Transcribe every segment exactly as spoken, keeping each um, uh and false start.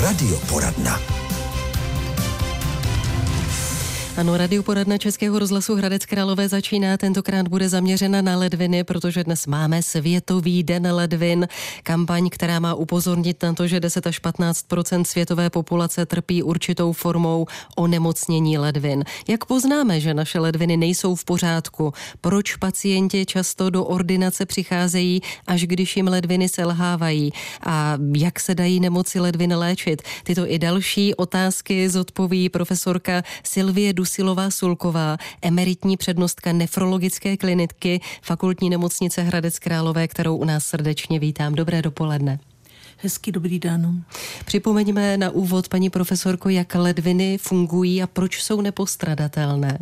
Radioporadna. Ano, radioporadna Českého rozhlasu Hradec Králové začíná. Tentokrát bude zaměřena na ledviny, protože dnes máme Světový den ledvin. Kampaň, která má upozornit na to, že deset až patnáct procent světové populace trpí určitou formou onemocnění ledvin. Jak poznáme, že naše ledviny nejsou v pořádku? Proč pacienti často do ordinace přicházejí, až když jim ledviny selhávají? A jak se dají nemoci ledvin léčit? Tyto i další otázky zodpoví profesorka Sylvie Dusilová-Sulková, emeritní přednostka nefrologické kliniky Fakultní nemocnice Hradec Králové, kterou u nás srdečně vítám. Dobré dopoledne. Hezký dobrý den. Připomeňme na úvod, paní profesorko, jak ledviny fungují a proč jsou nepostradatelné.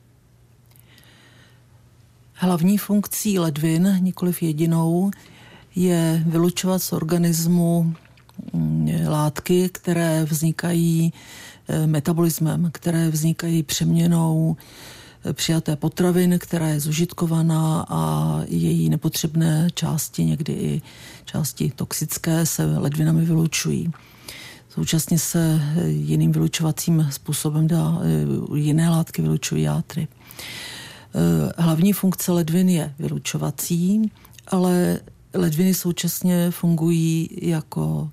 Hlavní funkcí ledvin, nikoliv jedinou, je vylučovat z organismu látky, které vznikají metabolismem, které vznikají přeměnou přijaté potravin, která je zužitkovaná a její nepotřebné části, někdy i části toxické, se ledvinami vylučují. Současně se jiným vylučovacím způsobem dá, jiné látky vylučují játry. Hlavní funkce ledvin je vylučovací, ale ledviny současně fungují jako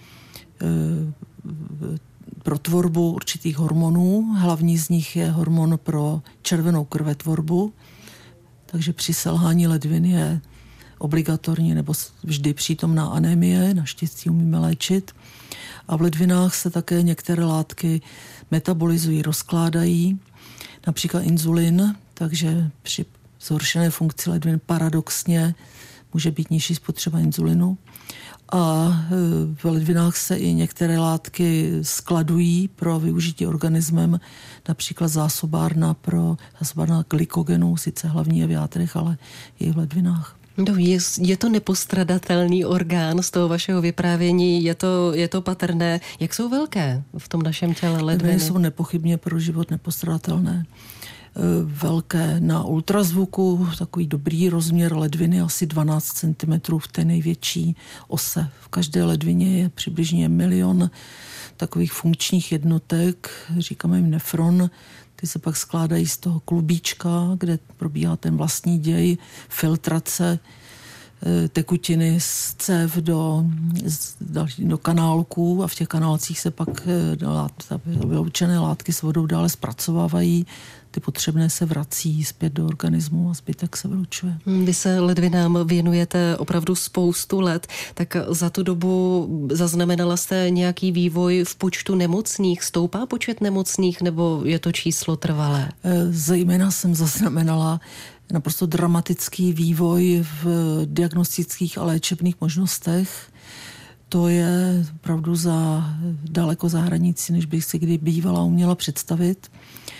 pro tvorbu určitých hormonů. Hlavní z nich je hormon pro červenou krvetvorbu, takže při selhání ledvin je obligatorní nebo vždy přítomná anémie, naštěstí umíme léčit. A v ledvinách se také některé látky metabolizují, rozkládají, například inzulin, takže při zhoršené funkci ledvin paradoxně může být nižší spotřeba inzulinu. A v ledvinách se i některé látky skladují pro využití organismem, například zásobárna pro zásobárna glykogenu, sice hlavní je v játrech, ale je i v ledvinách. No, je, je to nepostradatelný orgán z toho vašeho vyprávění, je to, je to patrné. Jak jsou velké v tom našem těle ledviny? Ledviny jsou nepochybně pro život nepostradatelné. Velké na ultrazvuku, takový dobrý rozměr ledviny, asi dvanáct centimetrů v té největší ose. V každé ledvině je přibližně milion takových funkčních jednotek, říkáme jim nefron. Ty se pak skládají z toho klubíčka, kde probíhá ten vlastní děj, filtrace tekutiny z cév do, do kanálků a v těch kanálcích se pak vyloučené látky s vodou dále zpracovávají. Ty potřebné se vrací zpět do organismu a zbytek se vylučuje. Vy se ledvinám věnujete opravdu spoustu let, tak za tu dobu zaznamenala jste nějaký vývoj v počtu nemocných? Stoupá počet nemocných nebo je to číslo trvalé? Zejména jsem zaznamenala naprosto dramatický vývoj v diagnostických a léčebných možnostech. To je opravdu za daleko za hranicí, než bych si kdy bývala uměla představit.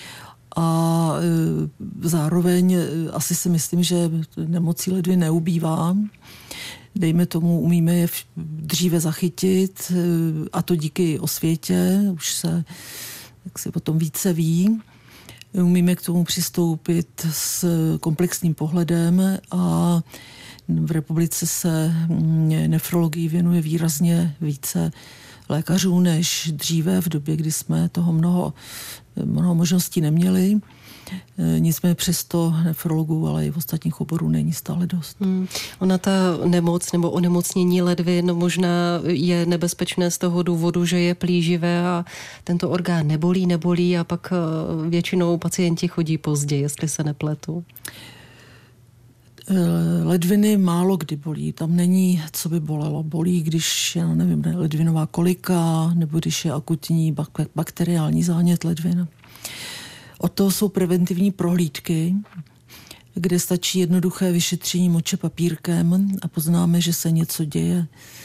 A zároveň asi si myslím, že nemocí ledvin neubývá. Dejme tomu, umíme je dříve zachytit, a to díky osvětě, už se jak si potom více ví. Umíme k tomu přistoupit s komplexním pohledem a v republice se nefrologii věnuje výrazně více lékařů než dříve, v době, kdy jsme toho mnoho, mnoho možností neměli. Nicméně přesto nefrologů, ale i v ostatních oborů není stále dost. Hmm. Ona ta nemoc nebo onemocnění ledvin možná je nebezpečné z toho důvodu, že je plíživé a tento orgán nebolí, nebolí a pak většinou pacienti chodí pozdě, jestli se nepletu. Ledviny málo kdy bolí. Tam není, co by bolelo. Bolí, když je, nevím, ledvinová kolika nebo když je akutní bakteriální zánět ledvin. Od toho jsou preventivní prohlídky, kde stačí jednoduché vyšetření moče papírkem a poznáme, že se něco děje.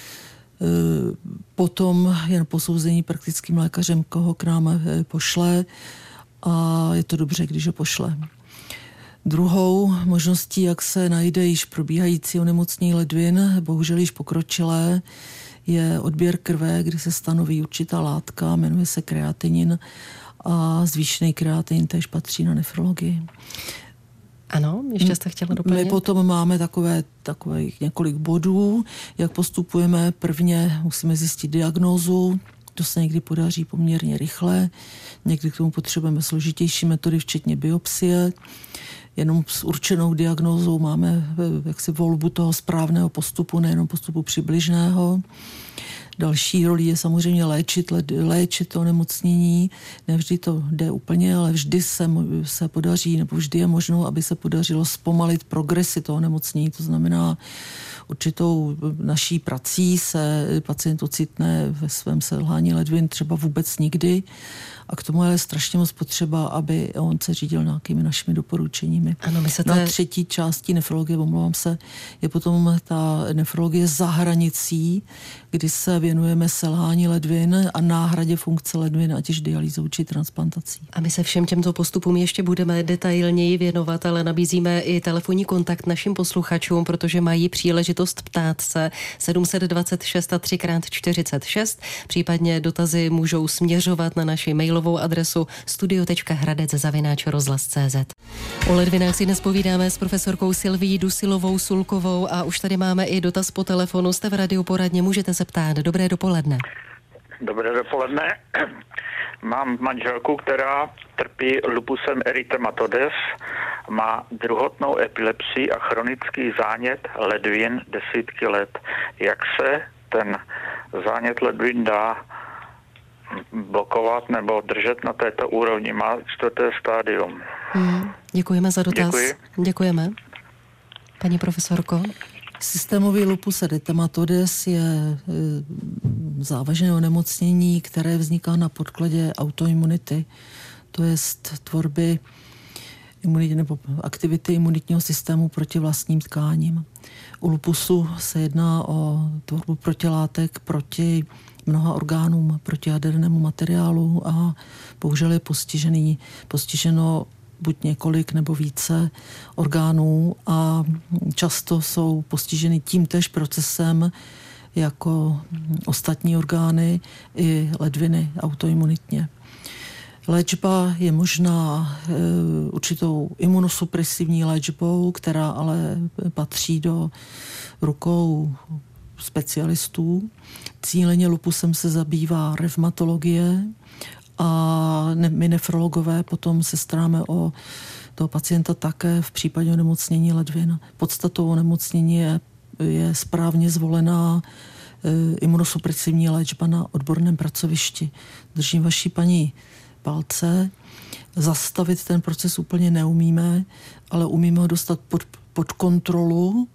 Potom jen posouzení praktickým lékařem, koho k nám pošle, a je to dobře, když ho pošle. Druhou možností, jak se najde již probíhající onemocnění ledvin, bohužel již pokročilé, je odběr krve, kdy se stanoví určitá látka, jmenuje se kreatinin, a zvýšený kreatinin též patří na nefrologii. Ano, ještě jste chtěla doplnit? My potom máme takové, takové několik bodů, jak postupujeme. Prvně musíme zjistit diagnózu, To se někdy podaří poměrně rychle, někdy k tomu potřebujeme složitější metody, včetně biopsie. Jenom s určenou diagnózou máme jaksi volbu toho správného postupu, nejenom postupu přibližného. Další roli je samozřejmě léčit, léčit to onemocnění. Nevždy to jde úplně, ale vždy se, se podaří, nebo vždy je možno, aby se podařilo zpomalit progresi toho onemocnění. To znamená, určitou naší prací se pacient ocitne ve svém selhání ledvin třeba vůbec nikdy. A k tomu je strašně moc potřeba, aby on se řídil nějakými našimi doporučeními. Ano, my se Na té... třetí části nefrologie, omlouvám se, je potom ta nefrologie za hranicí, kdy se věnujeme selhání ledvin a náhradě funkce ledvin, ať už dialýzou či transplantací. A my se všem těmto postupům ještě budeme detailněji věnovat, ale nabízíme i telefonní kontakt našim posluchačům, protože mají příležitost ptát se sedm set dvacet šest a tři krát čtyřicet šest, případně dotazy můžou směřovat na naši mailovou adresu studio tečka hradec zavináč rozhlas tečka cé zet. O ledvinách si dnes povídáme s profesorkou Silvií Dusilovou Sulkovou a už tady máme i dotaz po telefonu. Jste v radioporadně, můžete se ptát. Dobré dopoledne. Dobré dopoledne. Mám manželku, která trpí lupusem erythematodes, má druhotnou epilepsii a chronický zánět ledvin desítky let. Jak se ten zánět ledvin dá blokovat nebo držet na této úrovni? Má čtvrté stádium. Hmm, děkujeme za dotaz. Děkuji. Děkujeme. Paní profesorko? Systémový lupus erythematodes je závažné onemocnění, které vzniká na podkladě autoimunity, to je tvorby imunity nebo aktivity imunitního systému proti vlastním tkáním. U lupusu se jedná o tvorbu protilátek proti mnoha orgánům, proti jadernému materiálu a bohužel je postižený, postiženo buď několik nebo více orgánů a často jsou postiženy tímtéž procesem jako ostatní orgány i ledviny autoimunitně. Léčba je možná e, určitou imunosupresivní léčbou, která ale patří do rukou specialistů. Cíleně lupusem se zabývá revmatologie a ne, my nefrologové potom se staráme o toho pacienta také v případě onemocnění ledvin. Podstatou onemocnění je, je správně zvolená e, imunosupresivní léčba na odborném pracovišti. Držím vaší paní palce. Zastavit ten proces úplně neumíme, ale umíme ho dostat pod, pod kontrolu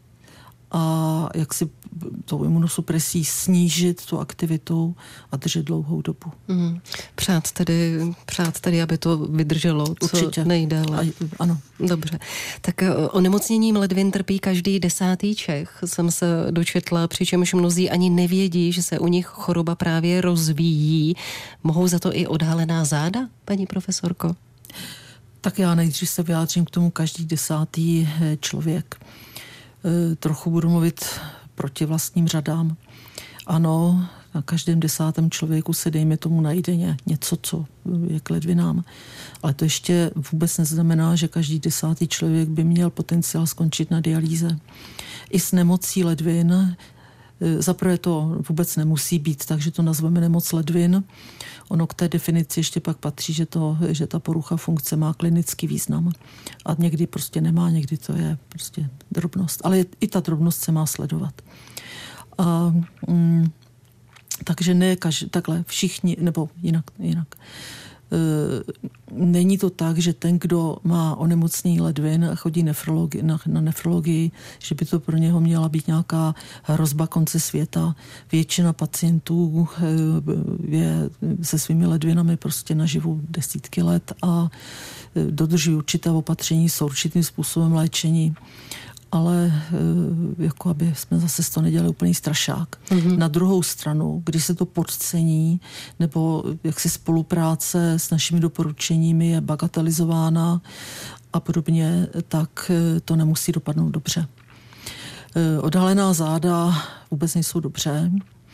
a jak si tou imunosupresí snížit tu aktivitu a držet dlouhou dobu. Mm. Přát tedy, přát tedy, aby to vydrželo co Určitě. nejdéle. A, ano. Dobře. Tak onemocněním ledvin trpí každý desátý Čech, jsem se dočetla, přičemž mnozí ani nevědí, že se u nich choroba právě rozvíjí. Mohou za to i odhalená záda, paní profesorko? Tak já nejdřív se vyjádřím k tomu každý desátý člověk. Trochu budu mluvit proti vlastním řadám. Ano, na každém desátém člověku se dejme tomu najde něco, co je k ledvinám. Ale to ještě vůbec neznamená, že každý desátý člověk by měl potenciál skončit na dialýze. I s nemocí ledvin, zaprvé to vůbec nemusí být, takže to nazveme nemoc ledvin. Ono k té definici ještě pak patří, že, to, že ta porucha funkce má klinický význam. A někdy prostě nemá, někdy to je prostě drobnost. Ale i ta drobnost se má sledovat. A, mm, takže ne každý, takhle všichni, nebo jinak, jinak. E, není to tak, že ten, kdo má onemocnění ledvin a chodí nefrologi, na, na nefrologii, že by to pro něho měla být nějaká hrozba konce světa. Většina pacientů e, je se svými ledvinami prostě naživu desítky let a e, dodržují určité opatření, jsou určitým způsobem léčení. Ale jako aby jsme zase z toho nedělali úplný strašák. Mm-hmm. Na druhou stranu, když se to podcení, nebo jaksi spolupráce s našimi doporučeními je bagatelizována a podobně, tak to nemusí dopadnout dobře. Odhalená záda vůbec nejsou dobře.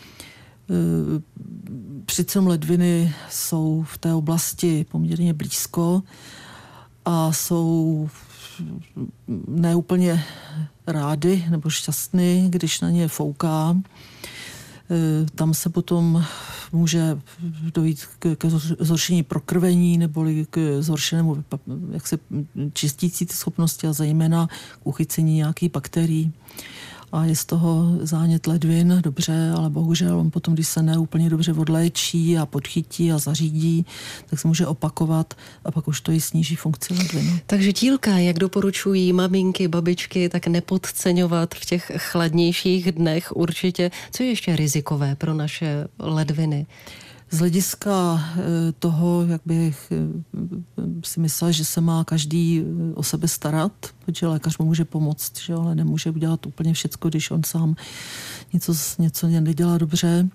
Přitom ledviny jsou v té oblasti poměrně blízko a jsou neúplně rády nebo šťastný, když na ně fouká. Tam se potom může dojít k, k zhoršení prokrvení neboli k zhoršenému jak se čistící ty schopnosti a zejména k uchycení nějakých bakterií. A je z toho zánět ledvin, dobře, ale bohužel on potom, když se neúplně dobře odléčí a podchytí a zařídí, tak se může opakovat a pak už to i sníží funkci ledvin. Takže tílka, jak doporučují maminky, babičky, tak nepodceňovat v těch chladnějších dnech určitě. Co je ještě rizikové pro naše ledviny? Z hlediska toho, jak bych si myslel, že se má každý o sebe starat, protože lékař mu může pomoct, že? Ale nemůže udělat úplně všecko, když on sám něco, něco nedělá dobře,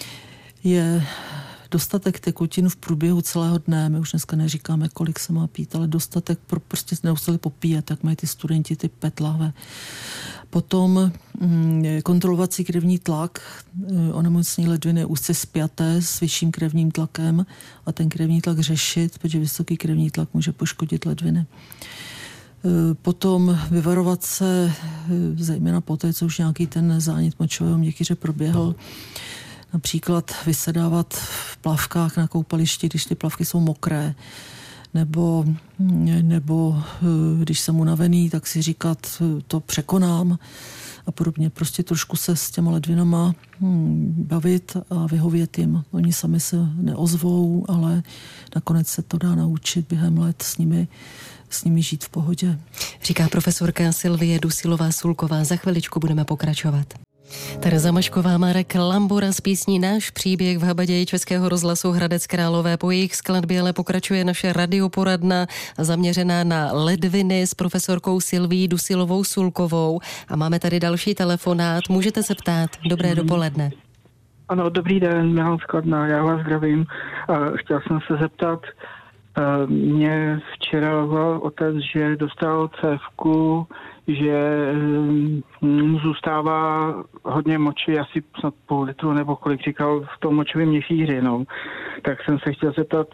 je dostatek tekutin v průběhu celého dne. My už dneska neříkáme, kolik se má pít, ale dostatek pro prostě neustále popíjet, tak mají ty studenti ty pé é té láhve. Potom mm, kontrolovací krevní tlak, onemocnění ledviny je úzce spjaté s vyšším krevním tlakem a ten krevní tlak řešit, protože vysoký krevní tlak může poškodit ledviny. Potom vyvarovat se, zejména poté, co už nějaký ten zánět močového měchýře proběhl, například vysedávat v plavkách na koupališti, když ty plavky jsou mokré, nebo, nebo když jsem unavený, tak si říkat, to překonám a podobně. Prostě trošku se s těma ledvinama bavit a vyhovět jim. Oni sami se neozvou, ale nakonec se to dá naučit během let s nimi s nimi žít v pohodě. Říká profesorka Sylvie Dusilová-Sulková. Za chviličku budeme pokračovat. Tereza Mašková, Marek Lambura z písní Náš příběh v habaději Českého rozhlasu Hradec Králové. Po jejich skladbě ale pokračuje naše radioporadna zaměřená na ledviny s profesorkou Sylvií Dusilovou-Sulkovou. A máme tady další telefonát. Můžete se ptát. Dobré dopoledne. Ano, dobrý den, Milan Skladná, já vás zdravím. Chtěl jsem se zeptat, mě včera volal otec, že dostal cévku, že hm, zůstává hodně moči, asi snad půl litru nebo kolik říkal v tom močovém měchýři, no. Tak jsem se chtěl zeptat,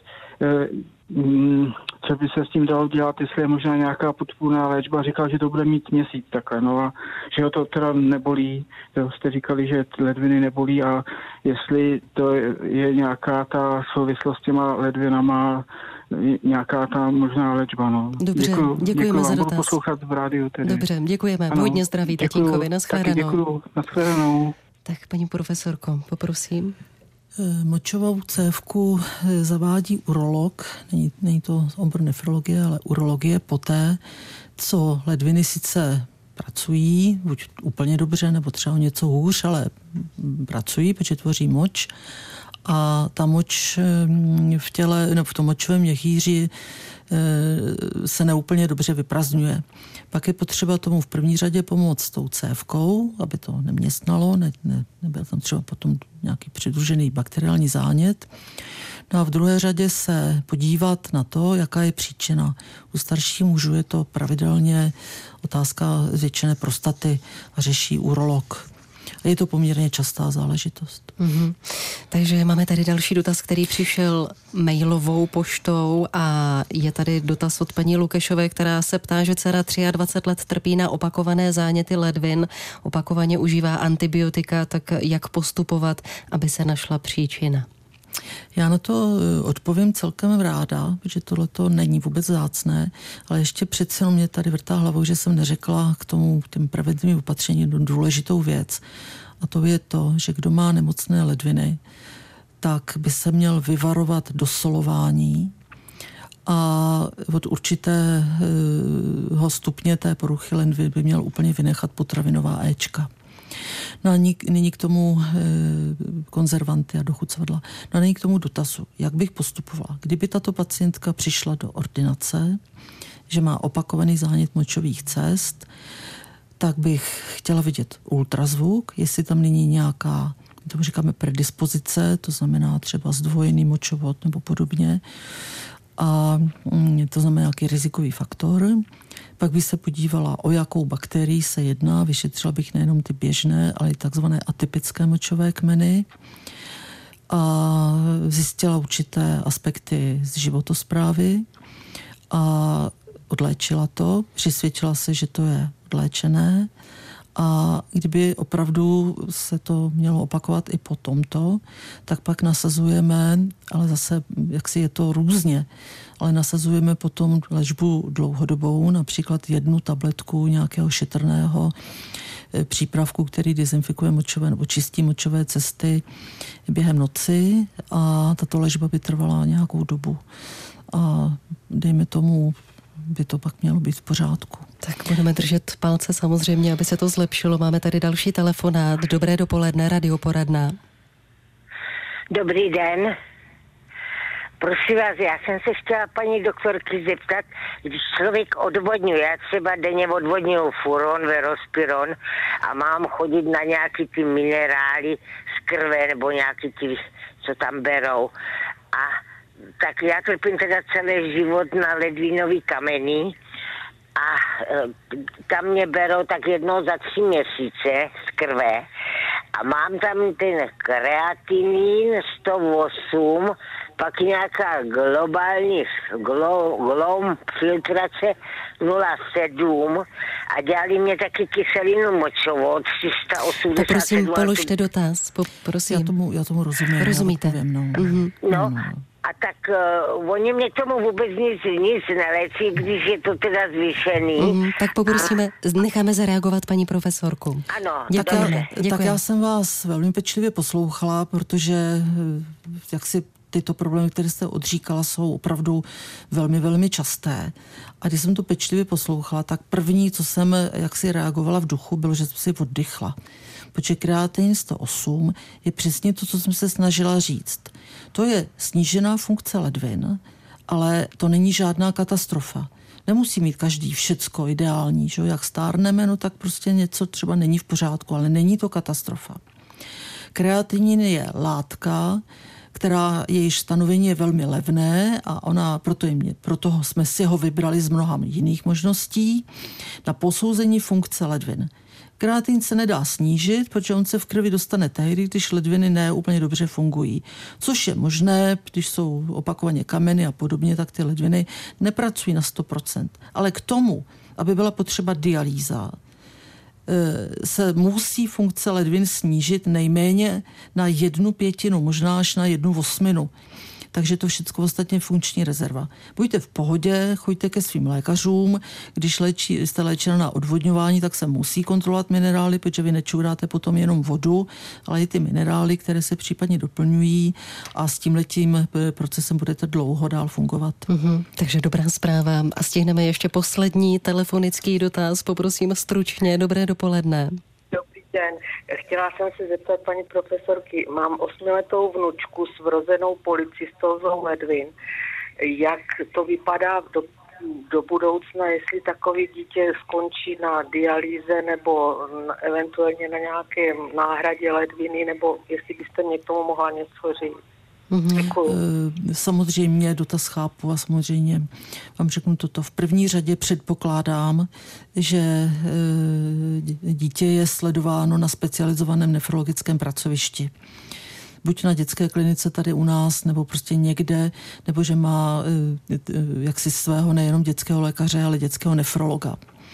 hm, co by se s tím dalo dělat, jestli je možná nějaká podpůrná léčba. Říkal, že to bude mít měsíc takhle, no a že ho to teda nebolí. To jste říkali, že ledviny nebolí a jestli to je, je nějaká ta souvislost s těma ledvinama, nějaká ta možná léčba, no. Dobře, děkuju, děkujeme děkuju za vám. dotaz. Budu poslouchat v rádiu tedy. Dobře, děkujeme. Ano, hodně zdraví tatínkovi. Naschledanou. Taky děkuju. Naschledanou. Tak paní profesorko, poprosím. Močovou cévku zavádí urolog, není, není to obor nefrologie, ale urologie poté, co ledviny sice pracují, buď úplně dobře, nebo třeba něco hůř, ale pracují, protože tvoří moč. A ta moč v těle, no v tom močovém měchýři se neúplně dobře vyprazdňuje. Pak je potřeba tomu v první řadě pomoct tou cévkou, aby to neměstnalo, ne, ne, nebyl tam třeba potom nějaký přidružený bakteriální zánět. No a v druhé řadě se podívat na to, jaká je příčina. U starších mužů je to pravidelně otázka zvětšené prostaty a řeší urolog. A je to poměrně častá záležitost. Mm-hmm. Takže máme tady další dotaz, který přišel mailovou poštou a je tady dotaz od paní Lukešové, která se ptá, že dcera dvacet tři let trpí na opakované záněty ledvin, opakovaně užívá antibiotika, tak jak postupovat, aby se našla příčina? Já na to odpovím celkem ráda, protože tohleto není vůbec vzácné, ale ještě přece jenom mě tady vrtá hlavou, že jsem neřekla k tomu k těm preventivním opatřením důležitou věc. A to je to, že kdo má nemocné ledviny, tak by se měl vyvarovat dosolování a od určitého stupně té poruchy ledvin by měl úplně vynechat potravinová éčka. No a nyní k tomu e, konzervanty a dochucovadla. No a nyní k tomu dotazu. Jak bych postupovala? Kdyby tato pacientka přišla do ordinace, že má opakovaný zánět močových cest, tak bych chtěla vidět ultrazvuk, jestli tam není nějaká, tomu říkáme predispozice, to znamená třeba zdvojený močovod nebo podobně, a to znamená nějaký rizikový faktor. Pak bych se podívala, o jakou bakterii se jedná, vyšetřila bych nejenom ty běžné, ale i takzvané atypické močové kmeny a zjistila určité aspekty z životosprávy a odléčila to, přisvědčila se, že to je odléčené A kdyby opravdu se to mělo opakovat i po tomto, tak pak nasazujeme, ale zase jaksi je to různě, ale nasazujeme potom léčbu dlouhodobou, například jednu tabletku nějakého šetrného přípravku, který dezinfikuje močové nebo čistí močové cesty během noci a tato léčba by trvala nějakou dobu. A dejme tomu, by to pak mělo být v pořádku. Tak budeme držet palce samozřejmě, aby se to zlepšilo. Máme tady další telefonát. Dobré dopoledne, radioporadna. Dobrý den. Prosím vás, já jsem se chtěla paní doktorky zeptat, když člověk odvodňuje, já třeba denně odvodňuju furon, verospiron a mám chodit na nějaký ty minerály z krve nebo nějaký ty, co tam berou. A tak já trpím teda celý život na ledvinový kameny a e, tam mě berou tak jednou za tři měsíce z krve a mám tam ten kreatinin sto osm, pak nějaká globální glo, glom filtrace nula sedm a dělali mě taky kyselinu močovou tři sta osmdesát sedm. Poprosím, položte dotaz. Poprosím. Já tomu, já tomu rozumím. Rozumíte? Já no. Mm-hmm. No, no. A tak uh, oni mě tomu vůbec nic, nic neléčí, když je to teda zvýšený. Mm, tak poprosíme, a... necháme zareagovat paní profesorku. Ano, děkujeme. Tak já jsem vás velmi pečlivě poslouchala, protože jak si tyto problémy, které jste odříkala, jsou opravdu velmi, velmi časté. A když jsem to pečlivě poslouchala, tak první, co jsem jak si reagovala v duchu, bylo, že jsem si oddychla. Protože kreatinin sto osm je přesně to, co jsem se snažila říct. To je snížená funkce ledvin, ale to není žádná katastrofa. Nemusí mít každý všecko ideální, že? Jak stárneme, no tak prostě něco třeba není v pořádku, ale není to katastrofa. Kreatinin je látka, která jejíž stanovení je velmi levné a ona, proto, jim, proto jsme si ho vybrali z mnoha jiných možností na posouzení funkce ledvin. Kreatin se nedá snížit, protože on se v krvi dostane tehdy, když ledviny ne úplně dobře fungují. Což je možné, když jsou opakovaně kameny a podobně, tak ty ledviny nepracují na sto procent. Ale k tomu, aby byla potřeba dialýza, se musí funkce ledvin snížit nejméně na jednu pětinu, možná až na jednu osminu. Takže to všechno ostatně funkční rezerva. Buďte v pohodě, choďte ke svým lékařům, když léčí, jste léčena na odvodňování, tak se musí kontrolovat minerály, protože vy nečuráte potom jenom vodu, ale i ty minerály, které se případně doplňují a s tímhletím procesem budete dlouho dál fungovat. Mm-hmm, takže dobrá zpráva. A stihneme ještě poslední telefonický dotaz. Poprosím stručně. Dobré dopoledne. Den. Chtěla jsem se zeptat paní profesorky, mám osmiletou vnučku s vrozenou polycystózou ledvin. Jak to vypadá do, do budoucna, jestli takové dítě skončí na dialýze nebo na, eventuálně na nějaké náhradě ledviny, nebo jestli byste mě k tomu mohla něco říct? Mm-hmm. Samozřejmě dotaz chápu a samozřejmě vám řeknu toto. V první řadě předpokládám, že dítě je sledováno na specializovaném nefrologickém pracovišti. Buď na dětské klinice tady u nás, nebo prostě někde, nebo že má jaksi svého nejenom dětského lékaře, ale dětského nefrologa.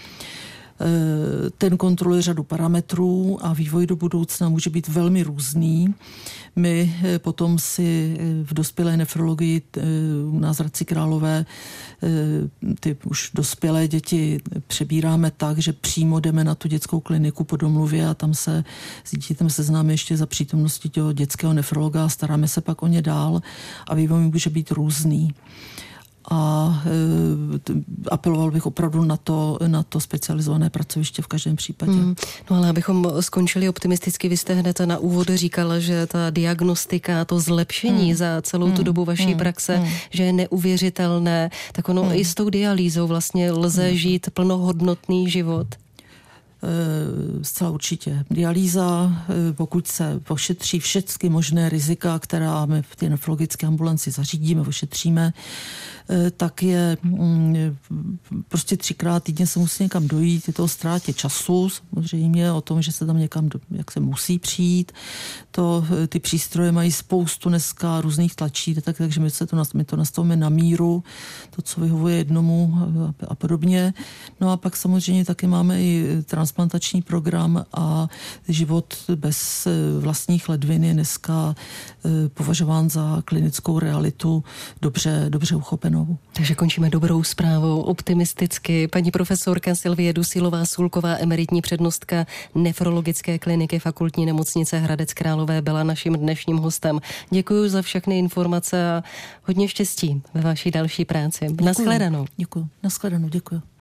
Ten kontroluje řadu parametrů a vývoj do budoucna může být velmi různý. My potom si v dospělé nefrologii u nás v Hradci Králové ty už dospělé děti přebíráme tak, že přímo jdeme na tu dětskou kliniku po domluvě a tam se s dítětem seznáme ještě za přítomnosti toho dětského nefrologa a staráme se pak o ně dál a vývoj může být různý. A e, apeloval bych opravdu na to, na to specializované pracoviště v každém případě. Mm, no ale abychom skončili optimisticky, vy jste hned na úvod říkala, že ta diagnostika, to zlepšení mm, za celou mm, tu dobu vaší mm, praxe, mm. že je neuvěřitelné, tak ono mm. i s tou dialýzou vlastně lze mm. žít plnohodnotný život. Zcela určitě. Dialýza, pokud se ošetří všechny možné rizika, která my v té nefrologické ambulanci zařídíme, ošetříme, tak je prostě třikrát týdně se musí někam dojít, je to o ztrátě času, samozřejmě o tom, že se tam někam, jak se musí přijít. To, ty přístroje mají spoustu dneska různých tlačítek, takže my, se to, my to nastavíme na míru, to, co vyhovuje jednomu a podobně. No a pak samozřejmě taky máme i transport transplantační program a život bez vlastních ledvin je dneska považován za klinickou realitu dobře, dobře uchopenou. Takže končíme dobrou zprávou, optimisticky. Paní profesorka Silvie Dusilová-Sulková, emeritní přednostka nefrologické kliniky Fakultní nemocnice Hradec Králové, byla naším dnešním hostem. Děkuji za všechny informace a hodně štěstí ve vaší další práci. Naschledanou. Děkuji. Naschledanou, děkuji.